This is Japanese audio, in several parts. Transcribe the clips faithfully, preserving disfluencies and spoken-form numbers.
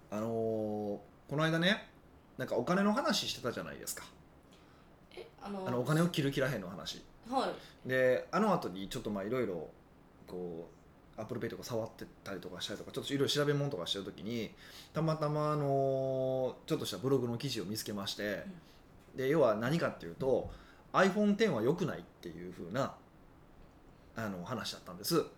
あのー、この間ねなんかお金の話してたじゃないですか。 えあのあのお金を切る切らへんの話はいで、あの後にちょっとまあいろいろこうアップルペイとか触ってたりとかしたりとかちょっといろいろ調べ物とかしてる時にたまたまあのちょっとしたブログの記事を見つけまして、うん、で要は何かっていうと アイフォンテン は良くないっていう風なあの話だったんです、 はい、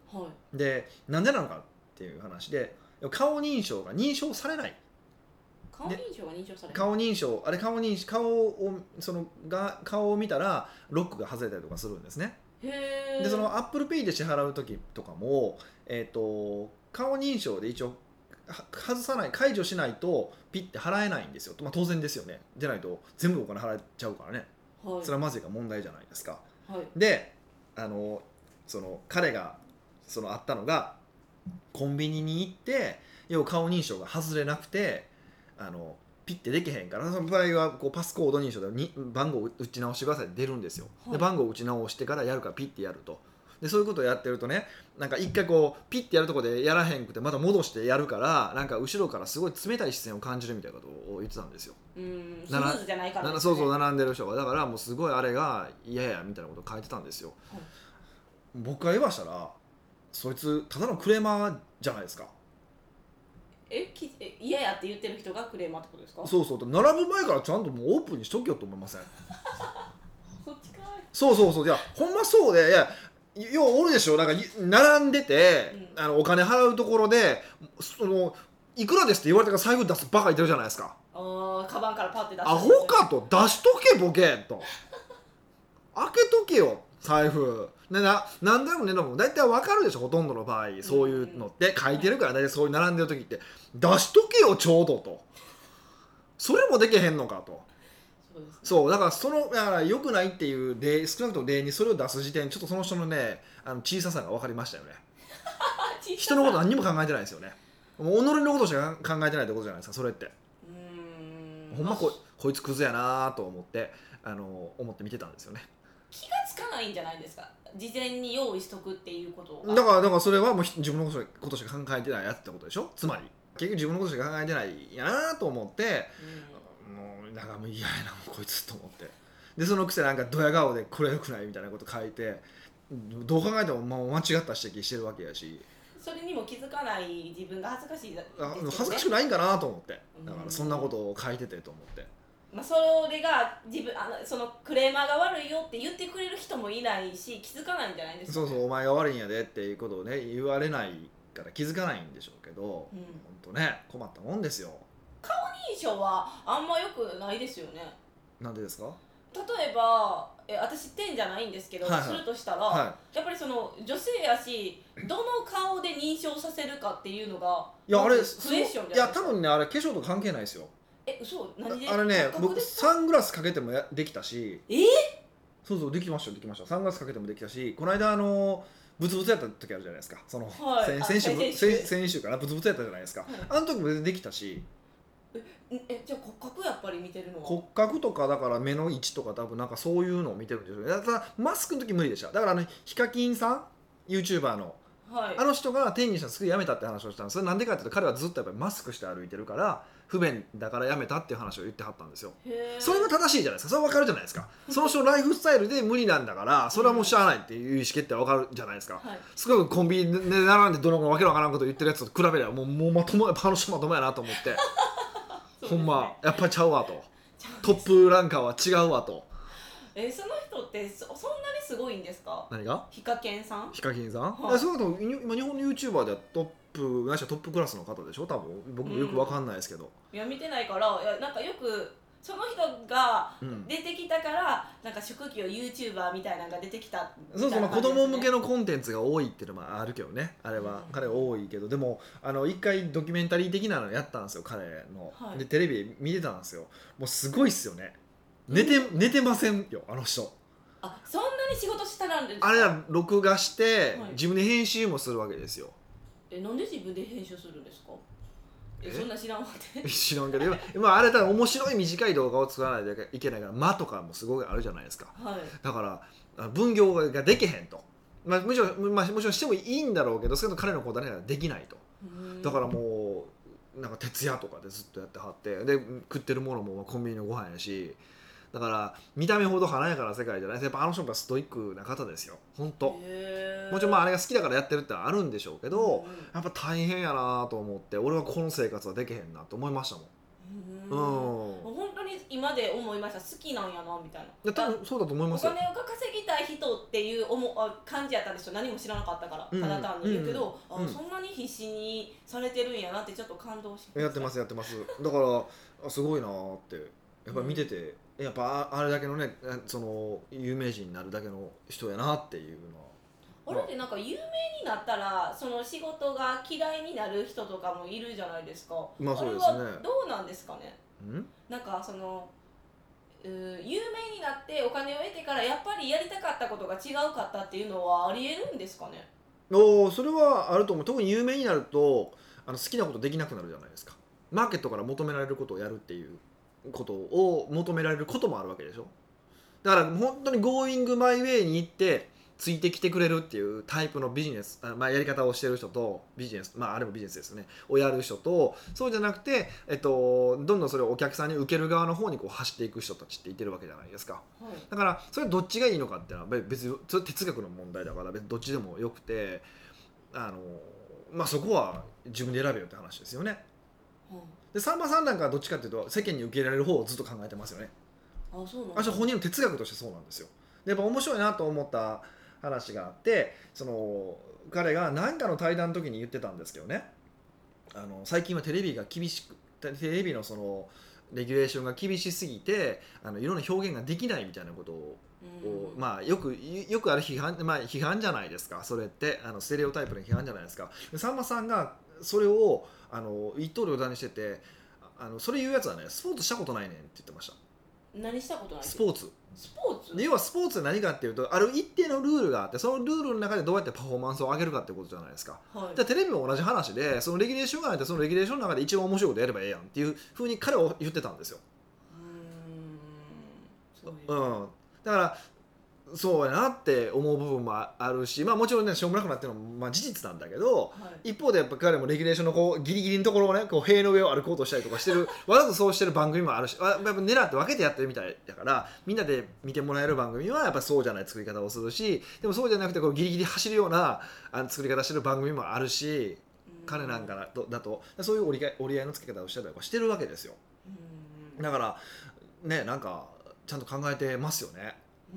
でなんでなのかっていう話で顔認証が認証されない。 顔認証が認証される。 顔認証あれ顔認証顔をそのが顔を見たらロックが外れたりとかするんですね。 へー。 でその アップルペイ で支払う時とかも、えー、と顔認証で一応外さない解除しないとピッて払えないんですよ、まあ、当然ですよね。じゃないと全部お金払っちゃうからね、はい、それはまずいが問題じゃないですか、はい、であのその彼がそのあったのがコンビニに行って要は顔認証が外れなくてあのピッてできへんから、その場合はこうパスコード認証でに番号を打ち直してくださいって出るんですよ、はい、で番号を打ち直してからやるからピッてやると。でそういうことをやってるとね、なんか一回こうピッてやるとこでやらへんくてまた戻してやるから、なんか後ろからすごい冷たい視線を感じるみたいなことを言ってたんですよ。 うーんスムーズじゃないからですね。 そうそう並んでる人がだからもうすごいあれが嫌やみたいなことを書いてたんですよ、はい、僕が言わしたらそいつただのクレーマーじゃないですか。 えきえ嫌やって言ってる人がクレーマーってことですか。 そうそう並ぶ前からちゃんともうオープンにしとけよと思いませんそっちかい。 そうそうそう、いやほんまそうで、いやようおるでしょ、なんか並んでて、うん、あのお金払うところでそのいくらですって言われたから財布出すバカいてるじゃないですか。 あカバンからパッて出す。 アホかと、出しとけボケと開けとけよ財布ね、ななんだろうね、でも大体わかるでしょほとんどの場合そういうのって書いてるから、大体そういう並んでる時って出しとけよちょうどと、それもできへんのかと。そうですね、そうだからそのだから良くないっていう例、少なくとも例にそれを出す時点ちょっとその人のねあの小ささが分かりましたよね人のこと何にも考えてないですよね。もう己のことしか考えてないってことじゃないですかそれって。うーんほんま こ, こいつクズやなと思ってあの思って見てたんですよね。 気がつかないんじゃないですか、事前に用意しとくっていうことが。 だからだからそれはもう自分のことしか考えてないやつってことでしょ。つまり結局自分のことしか考えてないやなと思って、うん、もうなんかもう嫌やなもうこいつと思って、でそのくせなんかドヤ顔でこれ良くないみたいなこと書いて、どう考えてももう間違った指摘してるわけやし、 それにも気づかない自分が恥ずかしいですよね。 恥ずかしくないんかなと思って、だからそんなことを書いててと思って、 まあ、それが自分あのそのクレーマーが悪いよって言ってくれる人もいないし気づかないんじゃないですか、ね、 そうそうお前が悪いんやでっていうことをね言われないから気づかないんでしょうけど、うん、ほんとね困ったもんですよ。 顔認証はあんま良くないですよね。 なんでですか。 例えばえ私点じゃないんですけど、はいはい、するとしたら、はい、やっぱりその女性やしどの顔で認証させるかっていうのがいやあれクエスチョンじゃないですか。 いや多分ねあれ化粧と関係ないですよ。 え嘘何で。 あれね僕サングラスかけてもやできたし。 えー、 そうそうできましたできました。サングラスかけてもできたし、この間あのブツブツやった時あるじゃないですか。その、はい、先, 先週先週かなブツブツやったじゃないですか、はい、あの時も全然できたし。 ええじゃあ骨格やっぱり見てるのは骨格とかだから目の位置とか多分なんかそういうのを見てるんですよね。だからマスクの時無理でした。だからあのヒカキンさん YouTuber の、はい、あの人が転入したらすぐ辞めたって話をしたんです。それなんでかっていうと彼はずっとやっぱりマスクして歩いてるから不便だから辞めたっていう話を言ってはったんですよ。それが正しいじゃないですか。それは分かるじゃないですかその人のライフスタイルで無理なんだからそれはもうしゃあないっていう意思決定は分かるじゃないですか、はい、すごいコンビニで並んでどのわけのわからんこと言ってるやつと比べればもう、もうまともやあの人まともやなと思ってほんまやっぱりちゃうわと、トップランカーは違うわと。 えその人って そ, そんなにすごいんですか。 何がヒカケンさん。 ヒカキンさん、はい、そうだと今日本の YouTuber ではトップないしはトップクラスの方でしょ多分。僕もよく分かんないですけど、 うん、いや見てないからいやなんかよくその人が出てきたから、うん、なんか職業 YouTuber みたいなのが出てきたみたいな感じですね。 そうそう、まあ、子供向けのコンテンツが多いっていうのもあるけどねあれは、うん、彼は多いけどでもあの一回ドキュメンタリー的なのやったんですよ彼の、はい、でテレビ見てたんですよ。もうすごいっすよね。寝て、うん、寝てませんよあの人。 あそんなに仕事したなんですか。 あれは録画して、はい、自分で編集もするわけですよ。 えなんで自分で編集するんですか。えそんな知らんわって知らんけど今あれだ面白い短い動画を作らないといけないから間とかもすごいあるじゃないですか、はい、だから分業ができへんと、まあ、むしろ、まあ、もちろんしてもいいんだろうけどそれと彼のことはできないと。だからもうなんか徹夜とかでずっとやってはってで食ってるものもコンビニのご飯やしだから見た目ほど華やかな世界じゃないですやっぱあの人はストイックな方ですよ本当。もちろんまああれが好きだからやってるってのはあるんでしょうけど、うん、やっぱ大変やなと思って俺はこの生活はできへんなと思いましたもん。 うん、本当に今で思いました好きなんやなみたいな。いや多分そうだと思いますよ。 お金を稼ぎたい人っていう思感じやったんでしょ。何も知らなかったから、うん、ただ単に言うけど、うん、あそんなに必死にされてるんやなってちょっと感動しました。 やってますやってますだからすごいなってやっぱ見てて、うん、やっぱあれだけのねその有名人になるだけの人やなっていうのは。 あれってなんか有名になったらその仕事が嫌いになる人とかもいるじゃないですか。 まあそうですね。 あれはどうなんですかね。 んなんかその有名になってお金を得てからやっぱりやりたかったことが違うかったっていうのはありえるんですかね。 おそれはあると思う。特に有名になるとあの好きなことできなくなるじゃないですか。マーケットから求められることをやるっていうことを求められることもあるわけでしょ。だから本当にゴーイングマイウェイに行ってついてきてくれるっていうタイプのビジネス、まあ、やり方をしてる人とビジネス、まああれもビジネスですよねをやる人とそうじゃなくて、えっと、どんどんそれをお客さんに受ける側の方にこう走っていく人たちっていてるわけじゃないですか、はい、だからそれどっちがいいのかっていうのは別にそれ哲学の問題だから別にどっちでもよくてあの、まあ、そこは自分で選べよって話ですよね、うん、でさんまさんなんかはどっちかっていうと世間に受け入れられる方をずっと考えてますよね。 あ、そうなんだ。 私は本人の哲学としてそうなんですよ。でやっぱ面白いなと思った話があってその彼が何かの対談の時に言ってたんですけどねあの最近はテレビが厳しくテレビのそのレギュレーションが厳しすぎてあのいろんな表現ができないみたいなことを、うんまあ、よくよくある批判、まあ、批判じゃないですかそれってあのステレオタイプの批判じゃないですか。でさんまさんがそれをあの一刀両断にしててあのそれ言うやつはねスポーツしたことないねんって言ってました。 何したことないスポーツスポーツで要はスポーツは何かっていうとある一定のルールがあってそのルールの中でどうやってパフォーマンスを上げるかってことじゃないですか、はい、でテレビも同じ話でそのレギュレーションがあってそのレギュレーションの中で一番面白いことやればええやんっていうふうに彼は言ってたんですよ。うーんそういう、うん、だからそうやなって思う部分もあるし、まあ、もちろんねしょうもなくなってるのもまあ事実なんだけど、はい、一方でやっぱ彼もレギュレーションのこうギリギリのところをねこう塀の上を歩こうとしたりとかしてるわざとそうしてる番組もあるしやっぱ狙って分けてやってるみたいだからみんなで見てもらえる番組はやっぱそうじゃない作り方をするしでもそうじゃなくてこうギリギリ走るようなあの作り方してる番組もあるし、うん、彼なんかだと、だとそういう折り合い、折り合いのつけ方をしたりとかしてるわけですよ、うん、だからねなんかちゃんと考えてますよね。 うん、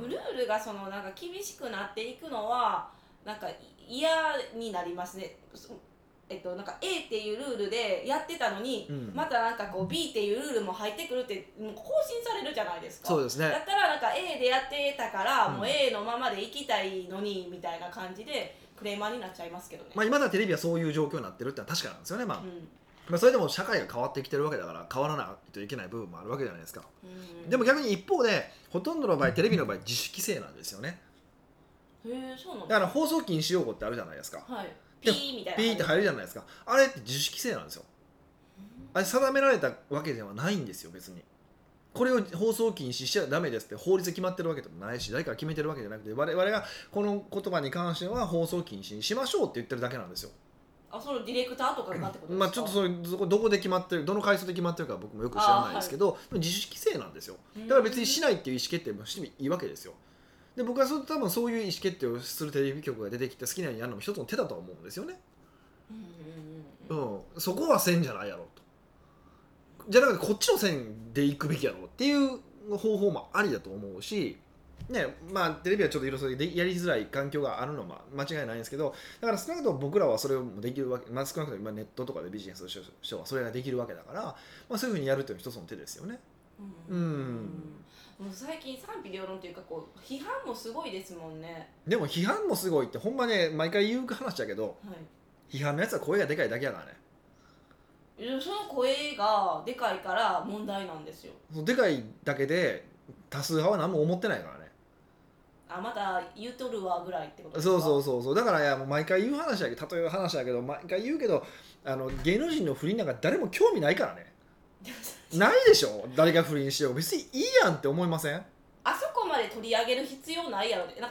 ルールがそのなんか厳しくなっていくのはなんか嫌になりますね。えっと、なんか A っていうルールでやってたのに、うん、またなんかこう B っていうルールも入ってくるってもう更新されるじゃないですか。 そうですね。 だったらなんか A でやってたから、うん、もう A のままで行きたいのにみたいな感じでクレーマーになっちゃいますけどね。 まあ、今だテレビはそういう状況になってるってのは確かなんですよね。まあうんまあ、それでも社会が変わってきてるわけだから変わらないといけない部分もあるわけじゃないですか、うん、でも逆に一方でほとんどの場合テレビの場合自主規制なんですよね。 へえそうなんだから放送禁止用語ってあるじゃないですか、 はい、ピーみたいなピーって入るじゃないですか。あれって自主規制なんですよ。あれ定められたわけではないんですよ別に。これを放送禁止しちゃダメですって法律で決まってるわけでもないし誰かが決めてるわけじゃなくて我々がこの言葉に関しては放送禁止にしましょうって言ってるだけなんですよ。 あそのディレクターとかがってことですか。 まあちょっとそれどこで決まってるどの回数で決まってるか僕もよく知らないですけど、はい、自主規制なんですよ。だから別にしないっていう意思決定もしてもいいわけですよ。で僕はそれ多分そういう意思決定をするテレビ局が出てきて好きなようにやるのも一つの手だと思うんですよね。うん、うん、そこはせんじゃないやろと。じゃなくてこっちの線で行くべきやろっていう方法もありだと思うし。ねまあ、テレビはちょっといろいろやりづらい環境があるのは間違いないんですけどだから少なくとも僕らはそれもできるわけ、まあ、少なくとも今ネットとかでビジネスをしてる人はそれができるわけだから、まあ、そういうふうにやるというのは一つの手ですよね。うん、うん、 もう最近賛否両論というかこう批判もすごいですもんね。 でも批判もすごいってほんまね毎回言う話だけど、はい、批判のやつは声がでかいだけやからね。 その声がでかいから問題なんですよ。 でかいだけで多数派は何も思ってないからね。 あまた言うとるわぐらいってことですか。 そうそうそうそうだからいやもう毎回言う話だけど例えば話だけど毎回言うけどあの芸能人の不倫なんか誰も興味ないからねないでしょ誰が不倫してよ別にいいやんって思いません。 あそこまで取り上げる必要ないやろってなんか不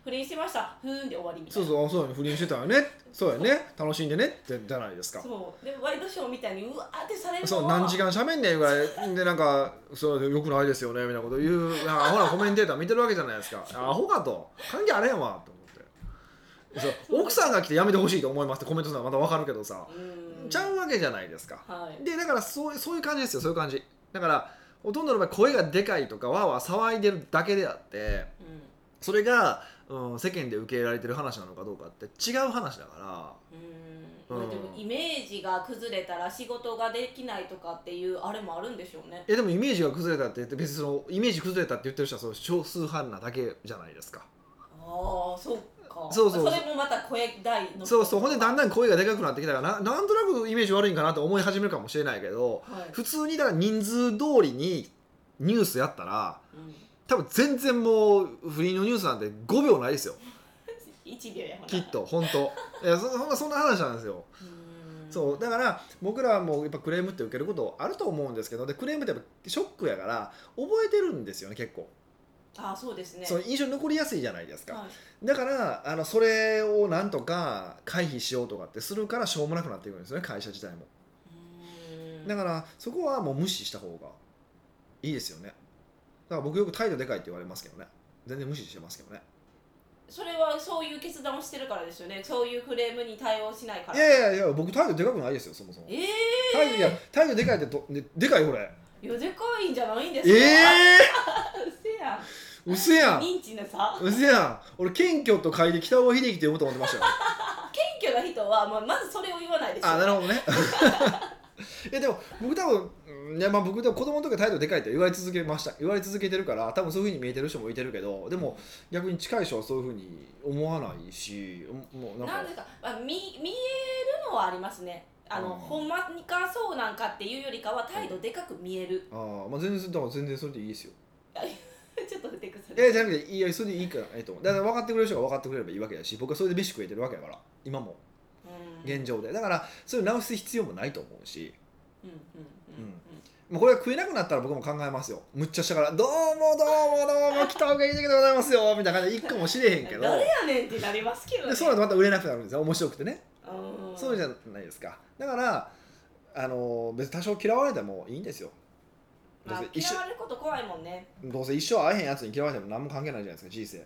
不倫してましたふーんで終わりみたそいうな。 そうそう不倫してたよねそうやね楽しんでねってじゃないですか。 そうでワイドショーみたいにうわーってされるのそうは何時間しゃべんねんぐらいでなんかそうよくないですよねみたいなこと言うなんかアホなコメンテーター見てるわけじゃないですかアホかと関係あれんわと思ってそう奥さんが来てやめてほしいと思いますってコメントするのはまた分かるけどさちゃうわけじゃないですか、 はい、 でだからそうそういう感じですよそういう感じだからほとんどの場合声がでかいとかわーわー騒いでるだけであって、うん、それが、うん、世間で受け入れられてる話なのかどうかって違う話だからうん、うん、でもイメージが崩れたら仕事ができないとかっていうあれもあるんでしょうね。 えでもイメージが崩れたって言って別にそのイメージ崩れたって言ってる人はその少数派なだけじゃないですか。 ああそうかそうそうそれもまた声大のそうそうほんでだんだん声がでかくなってきたからななんとなくイメージ悪いんかなと思い始めるかもしれないけど、はい、普通にだから人数通りにニュースやったら、うん、多分全然もう不倫のニュースなんてごびょうないですよいちびょうやほんきっと本当いや そ, そんなそんな話なんですよ。そうだから僕らはもうやっぱクレームって受けることあると思うんですけどでクレームってやっぱショックやから覚えてるんですよね結構。 あそうですねそう印象に残りやすいじゃないですか、 はい、 だからあのそれをなんとか回避しようとかってするからしょうもなくなっていくんですよね会社自体も。うーんだからそこはもう無視した方がいいですよね。だから僕よく態度でかいって言われますけどね全然無視してますけどね。 それはそういう決断をしてるからですよね。そういうクレームに対応しないから。 いやいやいや僕態度でかくないですよそもそも。 えー、 態度いや態度でかいってどででかいこれ。 いやでかいんじゃないんですか。 ええー、うせやん。 うせやん。 認知の差。 うせやん。俺謙虚と書いて北尾秀樹って読むと思ってましたよ。 謙虚な人は、まあ、まずそれを言わないですよ、ね。 あなるほどね。いやでも僕多分いやまあ僕でも子供の時は態度でかいって言われ続けました言われ続けてるから多分そういう風に見えてる人もいてるけどでも逆に近い人はそういう風に思わないしもうなんかなんですか、まあ、見, 見えるのはありますねあの、うん、ほんまにかそうなんかっていうよりかは態度でかく見える、 うん、ああまあ全然だから全然それでいいですよちょっとふてくされいやじゃなくていやそれでいいからええと思うだから分かってくれる人が分かってくれればいいわけだし僕はそれで飯食えてるわけだから今も現状でだからそれを直す必要もないと思うしうんうんうんうんもうこれが食えなくなったら僕も考えますよむっちゃしたからどうもどうもどうも北岡秀樹でございますよみたいな感じでいくかもしれへんけど誰やねんってなりますけどねでそうなるとまた売れなくなるんですよ面白くてねうんそうじゃないですかだからあの別に多少嫌われてもいいんですよ、 まあ、嫌われること怖いもんねどうせ一生会えへんやつに嫌われても何も関係ないじゃないですか人生う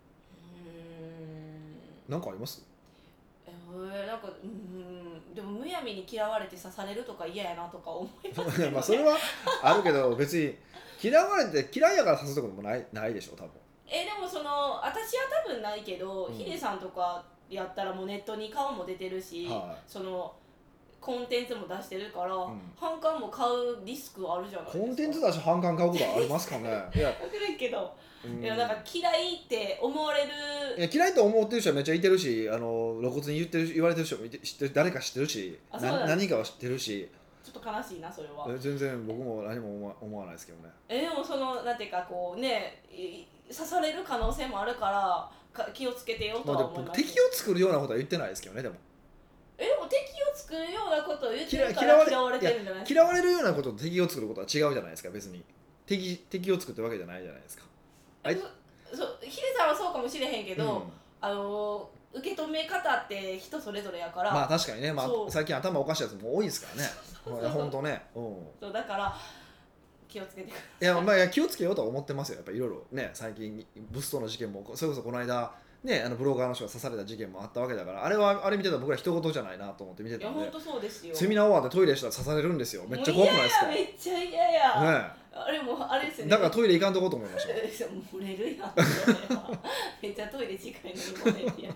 ーんなんかありますえー、なんかうんでもむやみに嫌われて刺されるとか嫌やなとか思いますけど、ね、 まあそれはあるけど別に嫌われて嫌いやから刺すところもないないでしょ多分えでもその私は多分ないけど、うん、ヒデさんとかやったらもうネットに顔も出てるし、はい、そのコンテンツも出してるから、うん、反感も買うリスクあるじゃないですか。 コンテンツ出して反感買うことありますかねいや分からんけど、うん、いやなんか嫌いって思われるいや嫌いと思ってる人はめっちゃいてるしあの露骨に言ってる言われてる人もいて知ってる誰か知ってるし何かは知ってるしちょっと悲しいなそれは全然僕も何も思わ、思わないですけどねえでもそのなんていうかこうね刺される可能性もあるからか気をつけてよとは思います、ね、 敵を作るようなことは言ってないですけどねでもえでも敵を作るようなことを言ってるから嫌われてるんじゃないですか。 嫌われるようなことと敵を作ることは違うじゃないですか別に 敵, 敵を作ってるわけじゃないじゃないですか。 あいそうヒデさんはそうかもしれへんけど、うん、あの受け止め方って人それぞれやからまあ確かにね、まあ、最近頭おかしいやつも多いですからね本当ね、うん、 そうだから気をつけてください。 いや、まあ、気をつけようとは思ってますよやっぱりいろいろね最近ブストの事件もそれこそこの間ね、あのブロガーの人が刺された事件もあったわけだからあれはあれ見てたら僕ら人事じゃないなと思って見てたんで。いや本当そうですよ。 セミナー終わってトイレしたら刺されるんですよ。めっちゃ怖くないですか。 めっちゃ嫌や、 ね、 あれもあれですよね。 だからトイレ行かんとこうと思いました漏れるやんめっちゃトイレ近いのに漏れるやんい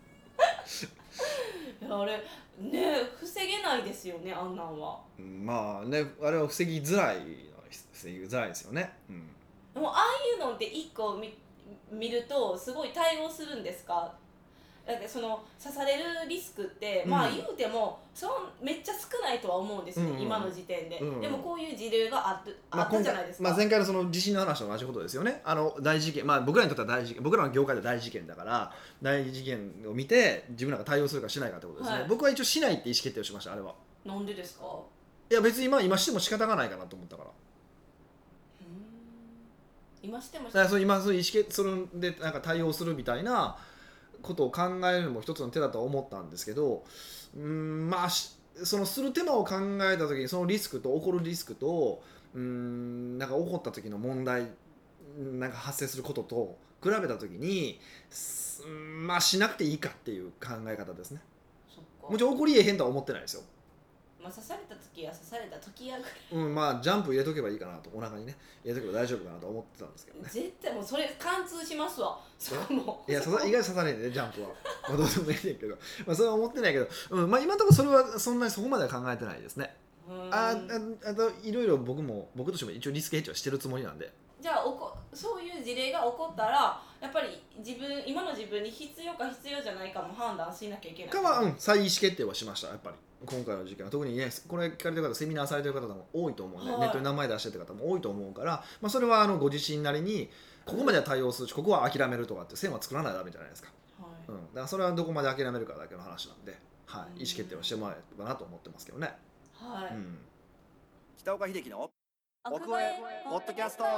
やあれね防げないですよねあんなんは。 まあねあれは防ぎづらい防ぎづらいですよね、うん、 でもああいうのって一個見見るとすごい対応するんですか。だってその刺されるリスクって、うん、まあ言うてもそのめっちゃ少ないとは思うんですよ、うんうん、今の時点で、うんうん、でもこういう事例があっ、あったじゃないですか、 まあ、前回のその地震の話と同じことですよね。あの大事件、まあ、僕らにとっては大事件僕らの業界では大事件だから大事件を見て自分らが対応するかしないかってことですね、はい、僕は一応しないって意思決定をしましたあれは。 なんでですか。 いや別にまあ今しても仕方がないかなと思ったから。 今してもだからその今その意思決それでなんか対応するみたいなことを考えるのも一つの手だとは思ったんですけど、うーんまあそのする手間を考えた時にそのリスクと起こるリスクとうーんなんか起こった時の問題なんか発生することと比べた時にまあしなくていいかっていう考え方ですね。 そっかもちろん起こりえへんとは思ってないですよ。 まあ、刺された時は刺された時やぐらい、 うん、まあジャンプ入れとけばいいかなとお腹にね入れとけば大丈夫かなと思ってたんですけどね。 絶対もうそれ貫通しますわそこもいや刺さ意外と刺されんねジャンプは、まあ、どうでもいいねんけど、まあ、それは思ってないけど、うんまあ、今のところそれはそんなにそこまでは考えてないですね。あああといろいろ僕も僕としても一応リスクヘッジはしてるつもりなんで。 じゃあおこそういう事例が起こったらやっぱり自分今の自分に必要か必要じゃないかも判断しなきゃいけないかは、うん、再意思決定はしましたやっぱり今回の事件は特にねこれ聞かれてる方セミナーされてる方も多いと思うね、はい、ネットに名前出してる方も多いと思うから、まあ、それはあのご自身なりにここまでは対応するしここは諦めるとかって線は作らないとダメじゃないですか、はいうん、だからそれはどこまで諦めるかだけの話なんで、はい、意思決定をしてもらえればなと思ってますけどね。 はい、うん、 北岡秀樹の奥越えポッドキャスト。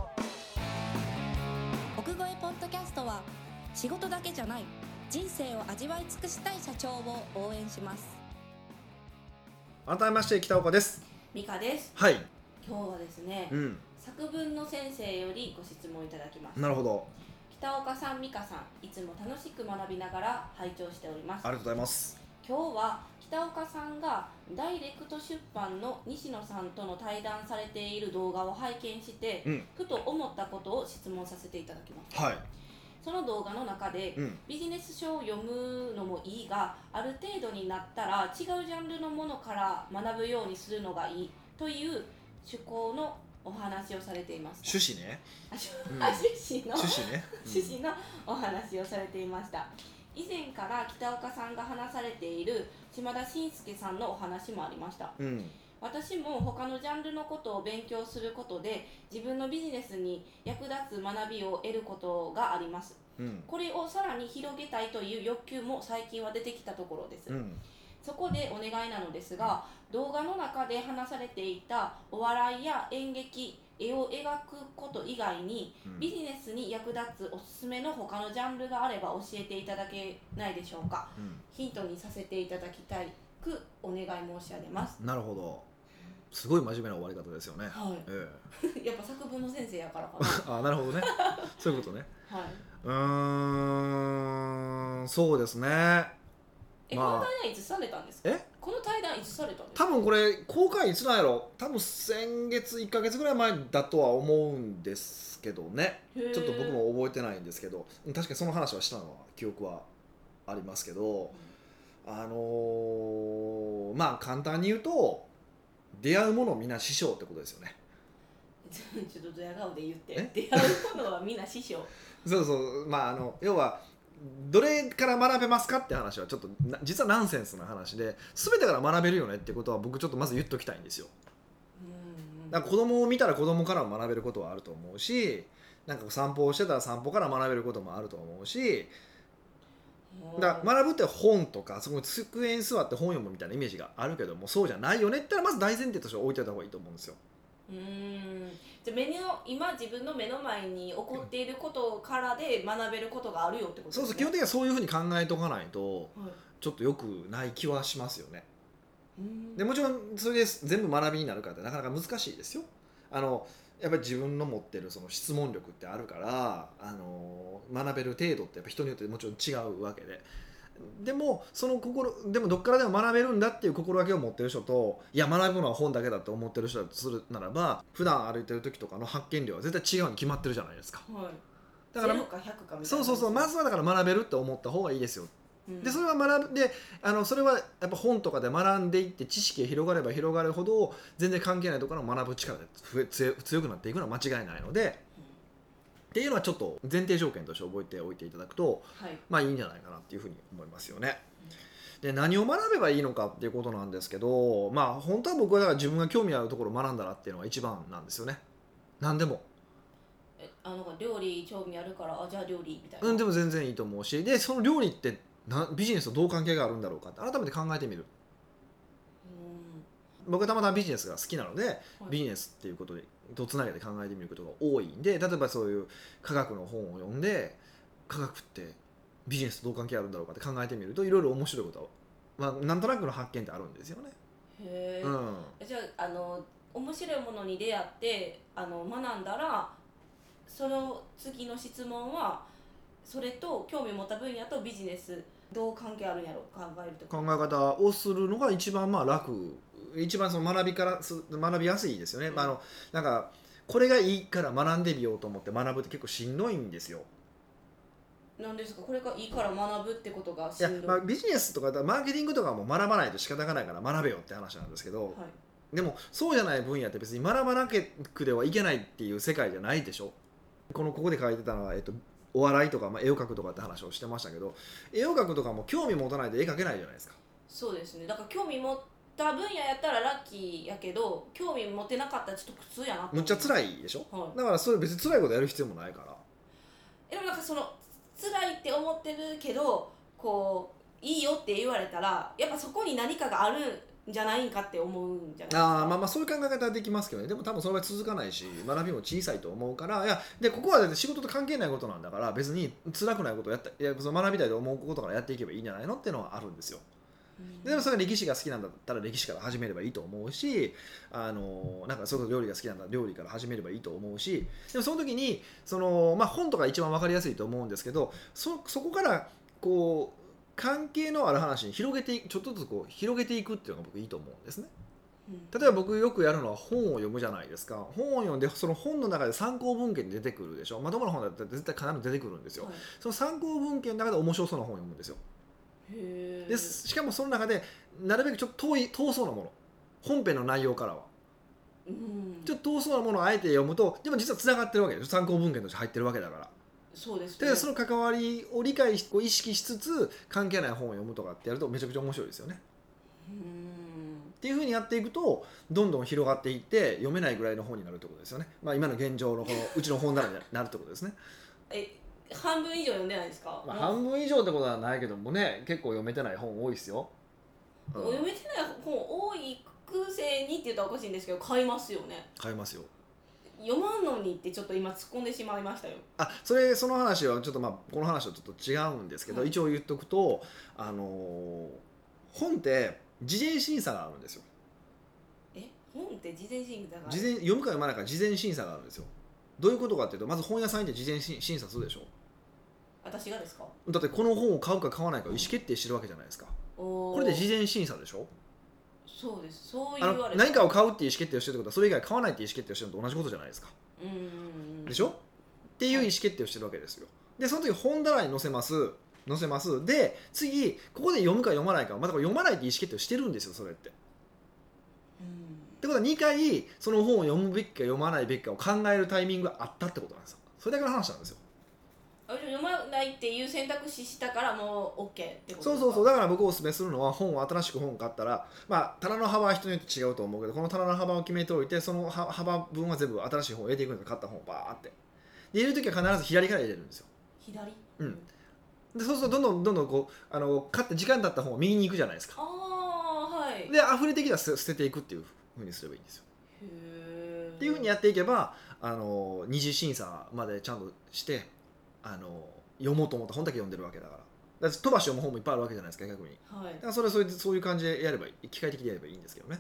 奥越えポッドキャストは仕事だけじゃない人生を味わい尽くしたい社長を応援します。 改めまして北岡です。 美香です。 はい今日はですね、うん、作文の先生よりご質問いただきます。 なるほど。 北岡さん、美香さんいつも楽しく学びながら拝聴しております。 ありがとうございます。 今日は北岡さんがダイレクト出版の西野さんとの対談されている動画を拝見して、うん、ふと思ったことを質問させていただきます。 はい、 その動画の中で、うん、ビジネス書を読むのもいいがある程度になったら違うジャンルのものから学ぶようにするのがいいという趣向のお話をされていました。 趣旨ね、 うん、趣旨の趣旨ね、 うん、趣旨のお話をされていました。以前から北岡さんが話されている島田紳介さんのお話もありました、うん、私も他のジャンルのことを勉強することで自分のビジネスに役立つ学びを得ることがあります、うん、これをさらに広げたいという欲求も最近は出てきたところです、うん、そこでお願いなのですが、動画の中で話されていたお笑いや演劇、絵を描くこと以外に、うん、ビジネスに役立つおすすめの他のジャンルがあれば教えていただけないでしょうか、うん、ヒントにさせていただきたくお願い申し上げます。 なるほど、すごい真面目な終わり方ですよね、 はいええ、やっぱ作文の先生やからかなあ、なるほどねそういうことね、 はい、 うーんそうですね。 え、まあ、この対談いつされたんですか？ えこの対談いつされたんですか？ 多分これ公開いつなんやろ、多分先月いっかげつぐらい前だとは思うんですけどね、ちょっと僕も覚えてないんですけど、確かにその話はしたのは記憶はありますけど、うん、あのー、まあ簡単に言うと出会うものみんな師匠ってことですよねちょっとドヤ顔で言って、出会うものはみんな師匠そうそう、まああの要はどれから学べますかって話はちょっと実はナンセンスな話で、全てから学べるよねってことは僕ちょっとまず言っときたいんですよ。だから子供を見たら子供からも学べることはあると思うし、なんか散歩をしてたら散歩から学べることもあると思うし、だから学ぶって本とかそこに机に座って本読むみたいなイメージがあるけども、そうじゃないよねってのはまず大前提として置いておいた方がいいと思うんですよ。 うーんじゃあ目の今自分の目の前に起こっていることからで学べることがあるよってことですね。 そうそう、基本的にはそういうふうに考えとかないと、はい、ちょっとよくない気はしますよね。うんでもちろんそれで全部学びになるかってなかなか難しいですよ。あのやっぱり自分の持ってるその質問力ってあるから、あの学べる程度ってやっぱ人によってもちろん違うわけで、でもその心でもどっからでも学べるんだっていう心がけを持ってる人と、いや学ぶのは本だけだと思ってる人だとするならば、普段歩いてる時とかの発見量は絶対違うに決まってるじゃないですか、はい、 だからゼロかひゃくかみたいな。 そうそうそう、まずはだから学べるって思った方がいいですよ、うん、でそれは学んであのそれはやっぱ本とかで学んでいって知識が広がれば広がるほど全然関係ないところから学ぶ力が強くなっていくのは間違いないので、っていうのはちょっと前提条件として覚えておいていただくと、はい、まあいいんじゃないかなっていうふうに思いますよね。で何を学べばいいのかっていうことなんですけど、まあ本当は僕はだから自分が興味あるところを学んだらっていうのが一番なんですよね。何でもえあの料理興味あるからあじゃあ料理みたいな、 うん、でも全然いいと思うし、でその料理ってなビジネスとどう関係があるんだろうかって改めて考えてみる。うん僕はたまたまビジネスが好きなので、はい、ビジネスっていうことでとつなげて考えてみることが多いんで、例えばそういう科学の本を読んで科学ってビジネスとどう関係あるんだろうかって考えてみるといろいろ面白いことは、まあ、なんとなくの発見ってあるんですよね。 へえ、 うん、 じゃあ、あの面白いものに出会ってあの学んだらその次の質問はそれと興味を持った分野とビジネスどう関係あるんやろう考えると考え方をするのが一番まあ楽、一番その学びからす学びやすいですよね、うん、まあ、あのなんかこれがいいから学んでみようと思って学ぶって結構しんどいんですよ。 なんですか、これがいいから学ぶってことがしんどい。 いや、まあ、ビジネスとかマーケティングとかも学ばないと仕方がないから学べよって話なんですけど、 はい、 でもそうじゃない分野って別に学ばなくてはいけないっていう世界じゃないでしょ。このここで書いてたのは、えっと、お笑いとか、まあ、絵を描くとかって話をしてましたけど、絵を描くとかも興味持たないと絵描けないじゃないですか。 そうですね、だから興味持った分野やったらラッキーやけど興味持ってなかったらちょっと苦痛やなって。 むっちゃ辛いでしょ、 はい、 だからそれ別に辛いことやる必要もないから。 でもなんかその辛いって思ってるけどこういいよって言われたらやっぱそこに何かがあるんじゃないんかって思うんじゃないですか。 あまあまあそういう考え方はできますけどね。でも多分その場合続かないし学びも小さいと思うから、いやでここはだって仕事と関係ないことなんだから別に辛くないことをやった、いやその学びたいと思うことからやっていけばいいんじゃないのっていうのはあるんですよ。でもそれが歴史が好きなんだったら歴史から始めればいいと思うし、あのなんかそれこそ料理が好きなんだら料理から始めればいいと思うし、でもその時にその、まあ、本とか一番分かりやすいと思うんですけど、 そ, そこからこう関係のある話に広げてちょっとずつこう広げていくっていうのが僕いいと思うんですね。例えば僕よくやるのは本を読むじゃないですか。本を読んでその本の中で参考文献に出てくるでしょ。まあどこの本だったら絶対必ず出てくるんですよ、はい、その参考文献の中で面白そうな本を読むんですよ。 へでしかもその中でなるべくちょっと遠い遠そうなもの、本編の内容からは、うん、ちょっと遠そうなものをあえて読むとでも実はつながってるわけです。参考文献として入ってるわけだから。 そうですね、 でその関わりを理解しこう意識しつつ関係ない本を読むとかってやるとめちゃくちゃ面白いですよね。うんっていう風にやっていくとどんどん広がっていって読めないぐらいの本になるってことですよね。まあ、今の現状のこのうちの本棚になるってことですね。 え半分以上読んでないですか。 まあ、半分以上ってことはないけどもね、結構読めてない本多いですよ、 うん、読めてない本多いくせにって言ったらおかしいんですけど買いますよね。 買いますよ。 読まんのにってちょっと今突っ込んでしまいましたよ。 あそれその話はちょっとまあこの話はちょっと違うんですけど、はい、一応言っとくと、あのー、本って事前審査があるんですよ。 え本って事前審査がある。 事前読むか読まないか事前審査があるんですよ。どういうことかっていうと、まず本屋さんに行って事前審査するでしょ。 私がですか。 だってこの本を買うか買わないか意思決定してるわけじゃないですか。これで事前審査でしょ。 そうです。そう言われ何かを買うっていう意思決定をしてるってことはそれ以外買わないっていう意思決定をしてるのと同じことじゃないですか。 うんうんでしょっていう意思決定をしてるわけですよ。でその時本棚に載せます載せますで次ここで読むか読まないかまた読まないっていう意思決定をしてるんですよそれって。うんってことはにかいその本を読むべきか読まないべきかを考えるタイミングがあったってことなんですよ。それだけの話なんですよ。 読まないっていう選択肢したからもう OK ってことですか。 そうそうそう。だから僕おすすめするのは本を新しく本を買ったら、まあ、棚の幅は人によって違うと思うけどこの棚の幅を決めておいてその幅分は全部新しい本を入れていくんですよ。買った本をバーってで入れるときは必ず左から入れるんですよ。 左、 うんでそうするとどんどんどんどんこうあの買って時間経った本を右に行くじゃないですか。 ああはい。 で溢れてきたら捨てていくっていうふうにすればいいんですよ。へーっていうふうにやっていけばあの二次審査までちゃんとしてあの読もうと思った本だけ読んでるわけだから。だって飛ばし読む本もいっぱいあるわけじゃないですか逆に。はい、だからそれはそういうそういう感じでやればいい機械的でやればいいんですけどね。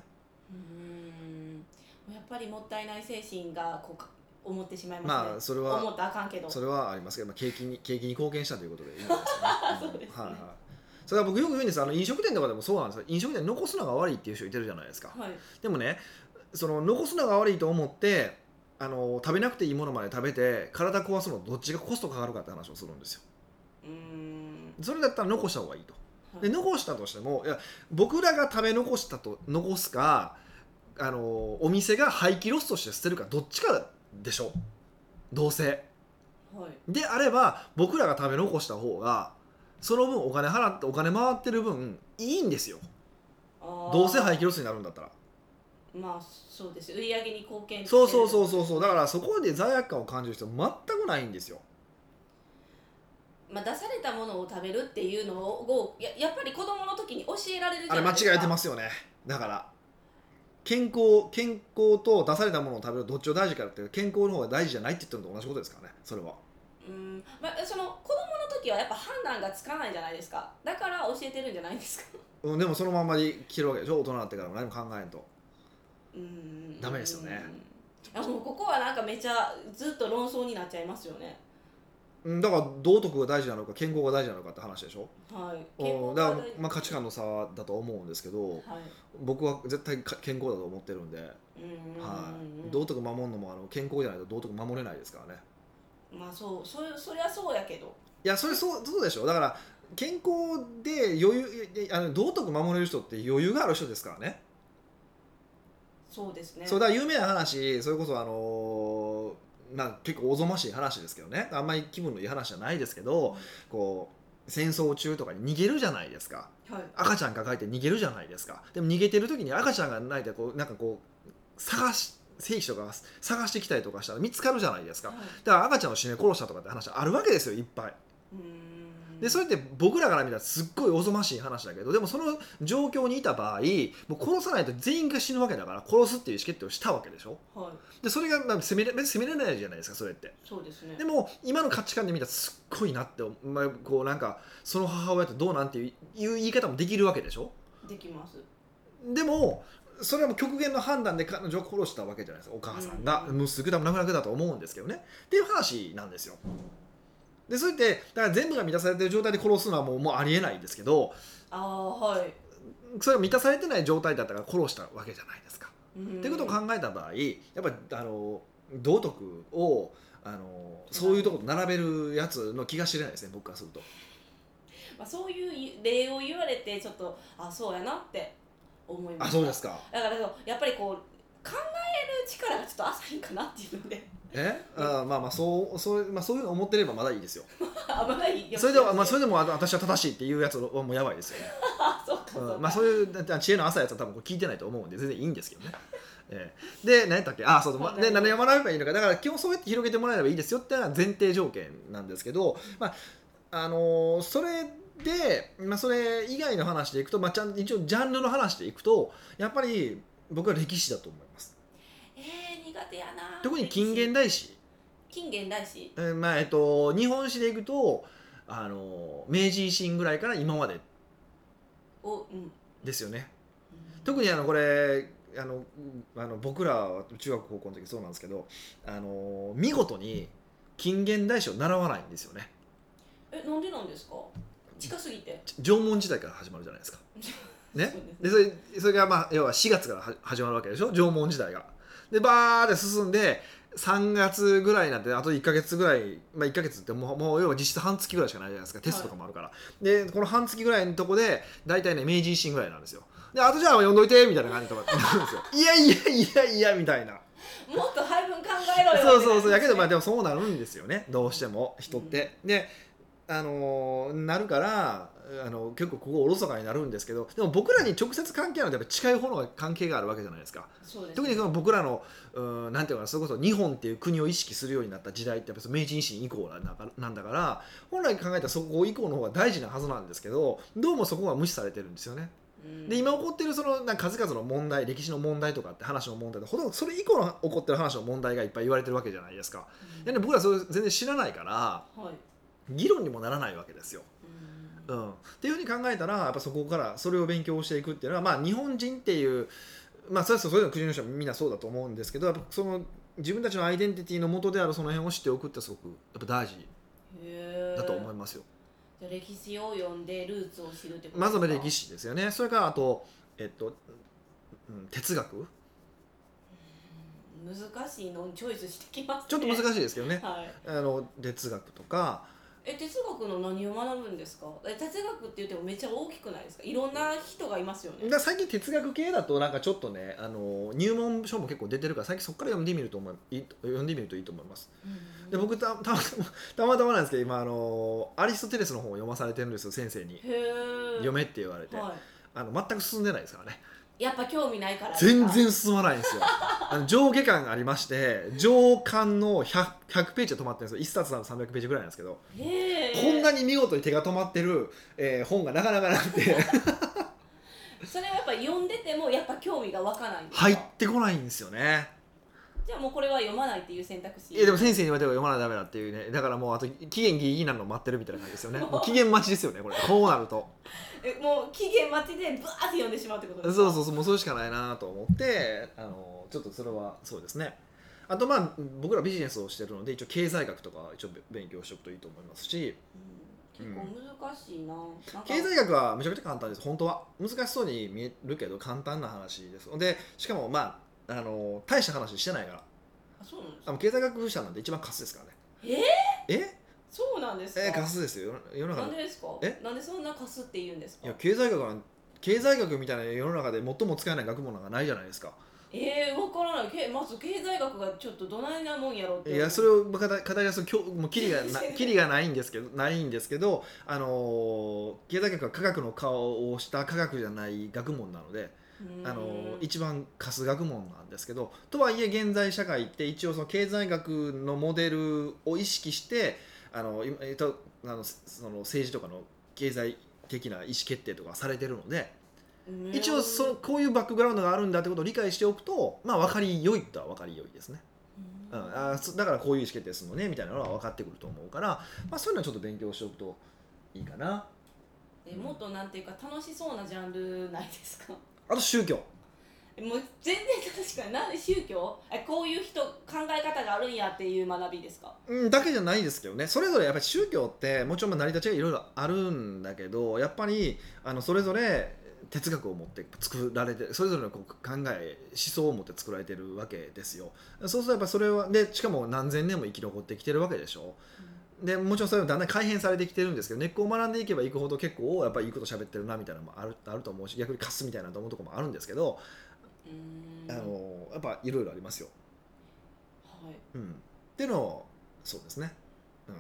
うーんやっぱりもったいない精神がこう思ってしまいますね。 まあそれは思ったらあかんけど。 それはありますけど、まあ、景気に景気に貢献したということでいいんですよね。 そうですね。 はいはい。それは僕よく言うんです。あの飲食店とかでもそうなんですよ。飲食店残すのが悪いっていう人いてるじゃないですか。はい、でもねその残すのが悪いと思ってあの食べなくていいものまで食べて体壊すのどっちがコストかかるかって話をするんですよ。うーんそれだったら残した方がいいと。で残したとしてもいや僕らが食べ残したと残すかあのお店が廃棄ロスとして捨てるかどっちかでしょどうせ、はい、であれば僕らが食べ残した方がその分お金払ってお金回ってる分いいんですよ。どうせ廃棄ロスになるんだったら。 まあそうです。売り上げに貢献してる。 そうそうそうそうそうだからそこで罪悪感を感じる人は全くないんですよ。 まあ、出されたものを食べるっていうのを や, やっぱり子供の時に教えられるじゃあれないですか。 間違えてますよね。だから健康健康と出されたものを食べるどっちを大事かって健康の方が大事じゃないって言ってるのと同じことですからねそれは。 うん、まあ、その子供の時はやっぱ判断がつかないじゃないですか。だから教えてるんじゃないですか。 うん、でもそのまんまで来てるわけでしょ。大人になってからも何も考えんとうんダメですよね。 いやもうここはなんかめっちゃずっと論争になっちゃいますよね。 だから道徳が大事なのか健康が大事なのかって話でしょ。 はい、 健康だから、まあ、価値観の差だと思うんですけど、はい、僕は絶対健康だと思ってるんで、うんはい、道徳守るのもあの健康じゃないと道徳守れないですからね。 まあそう そ, そりゃそうやけどいやそれそうそうでしょ。だから健康で余裕あの道徳守れる人って余裕がある人ですからね。 そうですね。 そうだから有名な話それこそあのーなんか結構おぞましい話ですけどねあんまり気分のいい話じゃないですけど、うん、こう戦争中とかに逃げるじゃないですか、はい、赤ちゃん抱えて逃げるじゃないですか。でも逃げてる時に赤ちゃんが泣いてこうなんかこう探し兵士とか探してきたりとかしたら見つかるじゃないですか、はい、だから赤ちゃんを死ね殺したとかって話あるわけですよいっぱい。うーんでそれって僕らから見たらすっごいおぞましい話だけどでもその状況にいた場合もう殺さないと全員が死ぬわけだから殺すっていう意思決定をしたわけでしょ、はい、でそれがなんか責めれ、責めれないじゃないですかそれって。 そうですね。 でも今の価値観で見たらすっごいなって、まあ、こうなんかその母親ってどうなんていう言い方もできるわけでしょ。 できます。でもそれはもう極限の判断で彼女を殺したわけじゃないですかお母さんが、うん、もうすぐだもなくなくだと思うんですけどねっていう話なんですよ。でそれってだから全部が満たされてる状態で殺すのはもう、もうありえないんですけどあ、はい、 それが満たされてない状態だったから殺したわけじゃないですか。っていうことを考えた場合やっぱりあの道徳をあのそういうところと並べるやつの気が知れないですね僕からすると。 まあ、そういう例を言われてちょっとあそうやなって思いました。 あそうですか。 だからやっぱりこう考える力がちょっと浅いかなっていうのでえあまあまあそうそう、まあ、そういうの思ってればまだいいですよあまだいい。 それでは、まあ、それでも私は正しいっていうやつはもうやばいですよねそうかそうか、 うんまあ、そういう知恵の浅いやつは多分聞いてないと思うんで全然いいんですけどねえー、で何やったっけあそうで何を学べばいいのかだから基本そうやって広げてもらえればいいですよっていうのは前提条件なんですけど、まああのー、それで、まあ、それ以外の話でいくと、まあ、ちゃん一応ジャンルの話でいくとやっぱり僕は歴史だと思います。 えー、苦手やな。 特に近現代史近現代史、 えーまあえっと、日本史でいくとあの明治維新ぐらいから今までお、うん、 ですよね、うん、特にあのこれあのあの僕らは中学高校の時そうなんですけどあの見事に近現代史を習わないんですよね。 えなんでなんですか。近すぎて縄文時代から始まるじゃないですかねでそれそれがまあ要はしがつから始まるわけでしょ縄文時代が。でバーって進んでさんがつぐらいになってあといっかげつぐらい、まあ、いっかげつってもう、もう要は実質半月ぐらいしかないじゃないですかテストとかもあるから、はい、でこの半月ぐらいのとこで大体ね明治維新ぐらいなんですよ。であとじゃあ読んどいてみたいな感じとかなるんですよいやいやいやいやみたいなもっと配分考えろよそうそうそうやけどまあでもそうなるんですよねどうしても人って、うん、であのー、なるからあの結構ここおろそかになるんですけどでも僕らに直接関係あるのはやっぱ近い方の関係があるわけじゃないですか。 そうですね、 特にその僕らのうんなんていうかなそれこそ日本っていう国を意識するようになった時代ってやっぱ明治維新以降なんだから本来考えたらそこ以降の方が大事なはずなんですけどどうもそこが無視されてるんですよね。で今起こってるそのなんか数々の問題歴史の問題とかって話の問題でほとんどそれ以降の起こってる話の問題がいっぱい言われてるわけじゃないですか。で、ね、僕らそれ全然知らないから、はい、議論にもならないわけですよ。うん、っていうふうに考えたらやっぱそこからそれを勉強していくっていうのは、まあ、日本人っていう、まあ、それはそれぞれの国の人はみんなそうだと思うんですけどやっぱその自分たちのアイデンティティの元であるその辺を知っておくってすごくやっぱ大事だと思いますよ。 じゃあ歴史を読んでルーツを知るってことですか。 まずは歴史ですよね。それからあと、えっとうん、哲学難しいのにチョイスしてきますね。 ちょっと難しいですけどね、 はい、 あの哲学とかえ哲学の何を学ぶんですか。え哲学って言ってもめっちゃ大きくないですか。いろんな人がいますよね。 だ最近哲学系だとなんかちょっとねあの入門書も結構出てるから最近そこから読んでみると思いいい読んでみるといいと思います、うん、で僕たたまたまたまたまなんですけど今あのアリストテレスの本を読まされてるんですよ先生に。へ読めって言われて、はい、あの全く進んでないですからね。 やっぱ興味ないから全然進まないんですよあの上下巻がありまして上巻の ひゃく, ひゃくページで止まってるんですよ。いっさつなのさんびゃくページぐらいなんですけどこんなに見事に手が止まってる、えー、本がなかなかなくてそれはやっぱり読んでてもやっぱ興味が湧かないんですか？ 入ってこないんですよね。 じゃあもうこれは読まないっていう選択肢。 いやでも先生に言われては読まないとダメだっていうね。だからもうあと期限ギリギリなのを待ってるみたいな感じですよね。もう期限待ちですよねこれ。こうなるとえもう期限待ちでバーって読んでしまうってことですか？ そうそうそう、もうそれしかないなと思ってあのちょっとそれはそうですね。あとまあ僕らビジネスをしてるので一応経済学とか一応勉強しておくといいと思いますし、 うん、結構難しいな、うん、なんか経済学はめちゃくちゃ簡単です。本当は難しそうに見えるけど簡単な話です。でしかもまああの大した話してないから。 あ、そうなんですか。 あの経済学者なんて一番カスですからね。 えー、 えそうなんですか。 えー、カスですよ世の中なんでですか。 えなんでそんなカスって言うんですか。 いや経済学は経済学みたいな世の中で最も使えない学問なんかないじゃないですか。 えー、分からない。けまず経済学がちょっとどないなもんやろうって。 いやそれを語り出すともうキリがなキリがないんですけどないんですけど、あのー、経済学は科学の顔をした科学じゃない学問なので、あのー、一番カス学問なんですけど、とはいえ現在社会って一応その経済学のモデルを意識してあの、えっと、あのその政治とかの経済的な意思決定とかされてるので。一応そこういうバックグラウンドがあるんだってことを理解しておくと、まあ、分かりよいとは分かりよいですね、うん、あだからこういう意思決定するのねみたいなのは分かってくると思うから、まあ、そういうのはちょっと勉強しておくといいかな。 えもっとなんていうか楽しそうなジャンルないですか。 あと宗教もう全然確かになんで宗教えこういう人考え方があるんやっていう学びですか。 うんだけじゃないですけどね。それぞれやっぱり宗教ってもちろん成り立ちがいろいろあるんだけど、やっぱりあのそれぞれ哲学を持って作られてそれぞれのこう考え思想を持って作られてるわけですよ。そうするとやっぱそれはでしかも何千年も生き残ってきてるわけでしょ、うん、でもちろんそれはだんだん改変されてきてるんですけど、根っこを学んでいけばいくほど結構やっぱりいいこと喋ってるなみたいなのもある、あると思うし、逆にカスみたいなと思うところもあるんですけど、 うんあのやっぱいろいろありますよ、 はいうん、っていうのをそうですね、うん、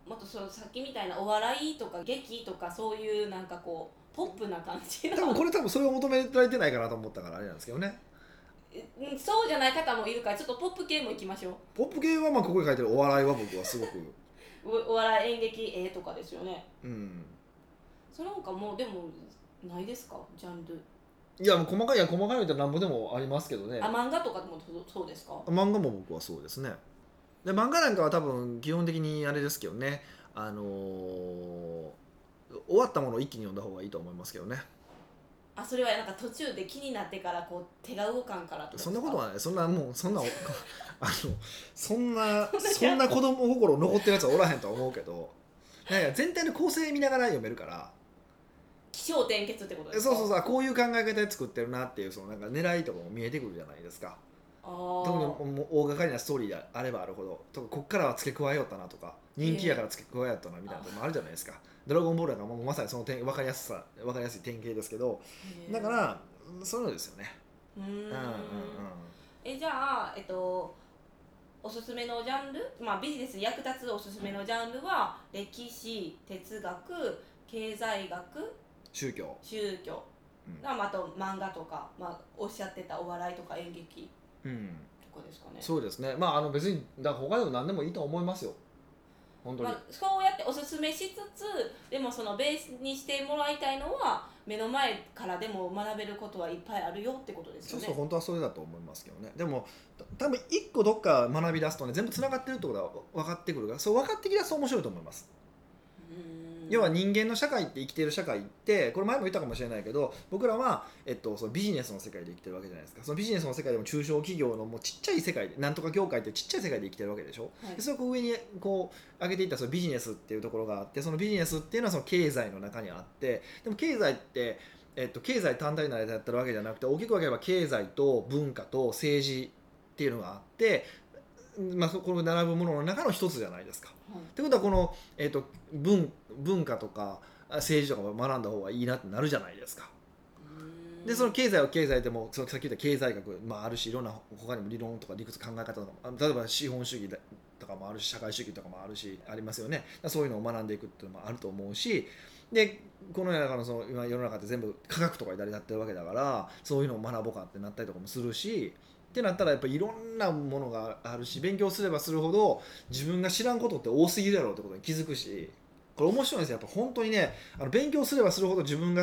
もっとそうさっきみたいなお笑いとか劇とかそういうなんかこうポップな感じの多分これ多分それを求められてないかなと思ったからあれなんですけどね。 うんそうじゃない方もいるからちょっとポップ系もいきましょう。 ポップ系はまあここに書いてるお笑いは僕はすごくお, お笑い演劇絵とかですよね。 うんそれなんかもうでもないですかジャンル。 いやもう細かいいや細かいのってなんぼでもありますけどね。 あ漫画とかでもそうですか。 漫画も僕はそうですね。で漫画なんかは多分基本的にあれですけどね、あのー、終わったものを一気に読んだ方がいいと思いますけどね。 あそれはなんか途中で気になってからこう手が動かんからとか。 そんなことはない。そんなもうそんなあのそんなそんな子供心残ってるやつはおらへんとは思うけど、なんか全体の構成見ながら読めるから。 起承転結ってことですか。 そうそうそう、こういう考え方で作ってるなっていうそのなんか狙いとかも見えてくるじゃないですか。 あ特にもう大掛かりなストーリーであればあるほど、とかこっからは付け加えよったなとか人気やから付け加えよったなみたいなのもあるじゃないですか。ドラゴンボールなんかもうまさにその点分かりやすさ分かりやすい典型ですけど、だからそういうのですよね。 うーんうんうんうんえじゃあえっとおすすめのジャンル、まあ、ビジネスに役立つおすすめのジャンルは歴史、哲学、経済学、 宗教、 宗教、 うんまあ、あと漫画とか、まあ、おっしゃってたお笑いとか演劇うんとかですかね。 そうですね。まああの別にだから他でも何でもいいと思いますよ本当に、 まあ、そうやっておすすめしつつでもそのベースにしてもらいたいのは目の前からでも学べることはいっぱいあるよってことですよね。 そうそう本当はそれだと思いますけどね。でも多分一個どっか学び出すとね全部つながってるってことは分かってくるから、そう分かってきたらそう面白いと思います。要は人間の社会って生きている社会ってこれ前も言ったかもしれないけど、僕らは、えっと、そのビジネスの世界で生きてるわけじゃないですか。そのビジネスの世界でも中小企業のもうちっちゃい世界でなんとか業界ってちっちゃい世界で生きてるわけでしょ、はい、でそれをこう上にこう上げていったそのビジネスっていうところがあって、そのビジネスっていうのはその経済の中にあって、でも経済って、えっと、経済単体の間やってるわけじゃなくて大きく分ければ経済と文化と政治っていうのがあって、まあ、この並ぶものの中の一つじゃないですか。はい、ってことはこの、えーと、文, 文化とか政治とかも学んだ方がいいなってなるじゃないですか。でその経済は経済でもそのさっき言った経済学、まあ、あるしいろんな他にも理論とか理屈考え方とか例えば資本主義とかもあるし社会主義とかもあるしありますよね。そういうのを学んでいくっていうのもあると思うし、でこの世の中のその今世の中って全部科学とかで成り立ってるわけだからそういうのを学ぼうかってなったりとかもするしってなったらやっぱりいろんなものがあるし、勉強すればするほど自分が知らんことって多すぎるだろうってことに気づくし、これ面白いんですよ。やっぱ本当にねあの勉強すればするほど自分が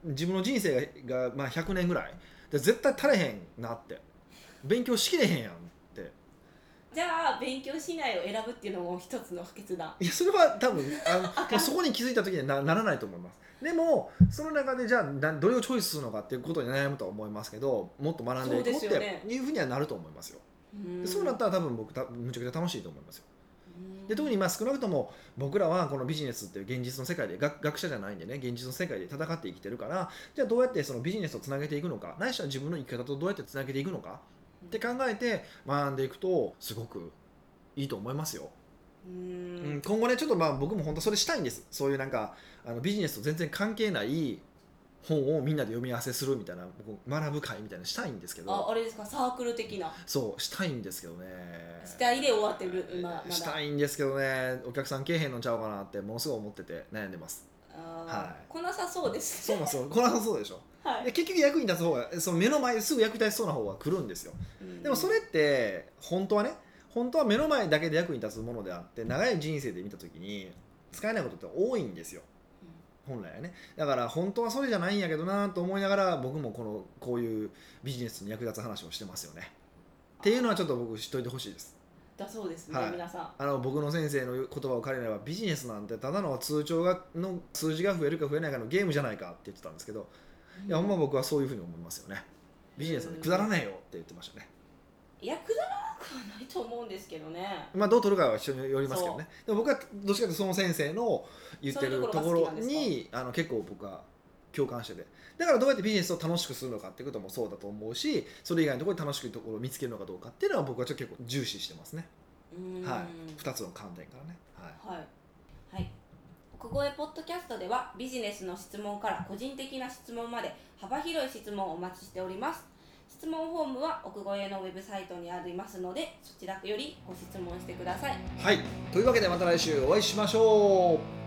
自分の人生が、がまあ、ひゃくねんぐらいで絶対足れへんなって勉強しきれへんやんって。 じゃあ勉強しないを選ぶっていうのも一つの決断。 いやそれは多分あのそこに気づいた時には な, ならないと思います。でもその中でじゃあどれをチョイスするのかっていうことに悩むとは思いますけど、もっと学んでいこうっていうふうにはなると思いますよ。でそうなったら多分僕たむちゃくちゃ楽しいと思いますよ。で特にまあ少なくとも僕らはこのビジネスっていう現実の世界で 学, 学者じゃないんでね、現実の世界で戦って生きてるから、じゃあどうやってそのビジネスをつなげていくのか、ないしは自分の生き方とどうやってつなげていくのかって考えて学んでいくとすごくいいと思いますよ。うん、今後ねちょっとまあ僕も本当それしたいんです。そういうなんかあのビジネスと全然関係ない本をみんなで読み合わせするみたいな、僕学ぶ会みたいなしたいんですけど。 あ、あれですか、サークル的な。 そうしたいんですけどね。 したいで終わってる今まだ。 したいんですけどね、お客さんけえへんのちゃうかなってものすごい思ってて悩んでます。 あ、はい、来なさそうですそうなんそう来なさそうでしょ、はい、で結局役に立つ方がその目の前ですぐ役に立ちそうな方が来るんですよ、うん、でもそれって本当はね本当は目の前だけで役に立つものであって長い人生で見た時に使えないことって多いんですよ、本来はね。だから本当はそれじゃないんやけどなと思いながら僕もこのこういうビジネスに役立つ話をしてますよねっていうのはちょっと僕知っといてほしいです。 だそうですね、はい、皆さんあの僕の先生の言葉を借りればビジネスなんてただの通帳がの数字が増えるか増えないかのゲームじゃないかって言ってたんですけど、うん、いやほんま僕はそういうふうに思いますよね。ビジネスなんてくだらないよって言ってましたね。 いやくだらなくはないと思うんですけどね。 まあどう取るかは一緒によりますけどね。でも僕はどっちかというとその先生の言ってるところにあの結構僕は共感してて、だからどうやってビジネスを楽しくするのかっていうこともそうだと思うし、それ以外のところで楽しくところを見つけるのかどうかっていうのは僕はちょっと結構重視してますね。はい、ふたつの観点からね。はい、 はいはい、奥越ポッドキャストではビジネスの質問から個人的な質問まで幅広い質問をお待ちしております。質問フォームは奥越のウェブサイトにありますので、そちらよりご質問してください。 はい、というわけでまた来週お会いしましょう。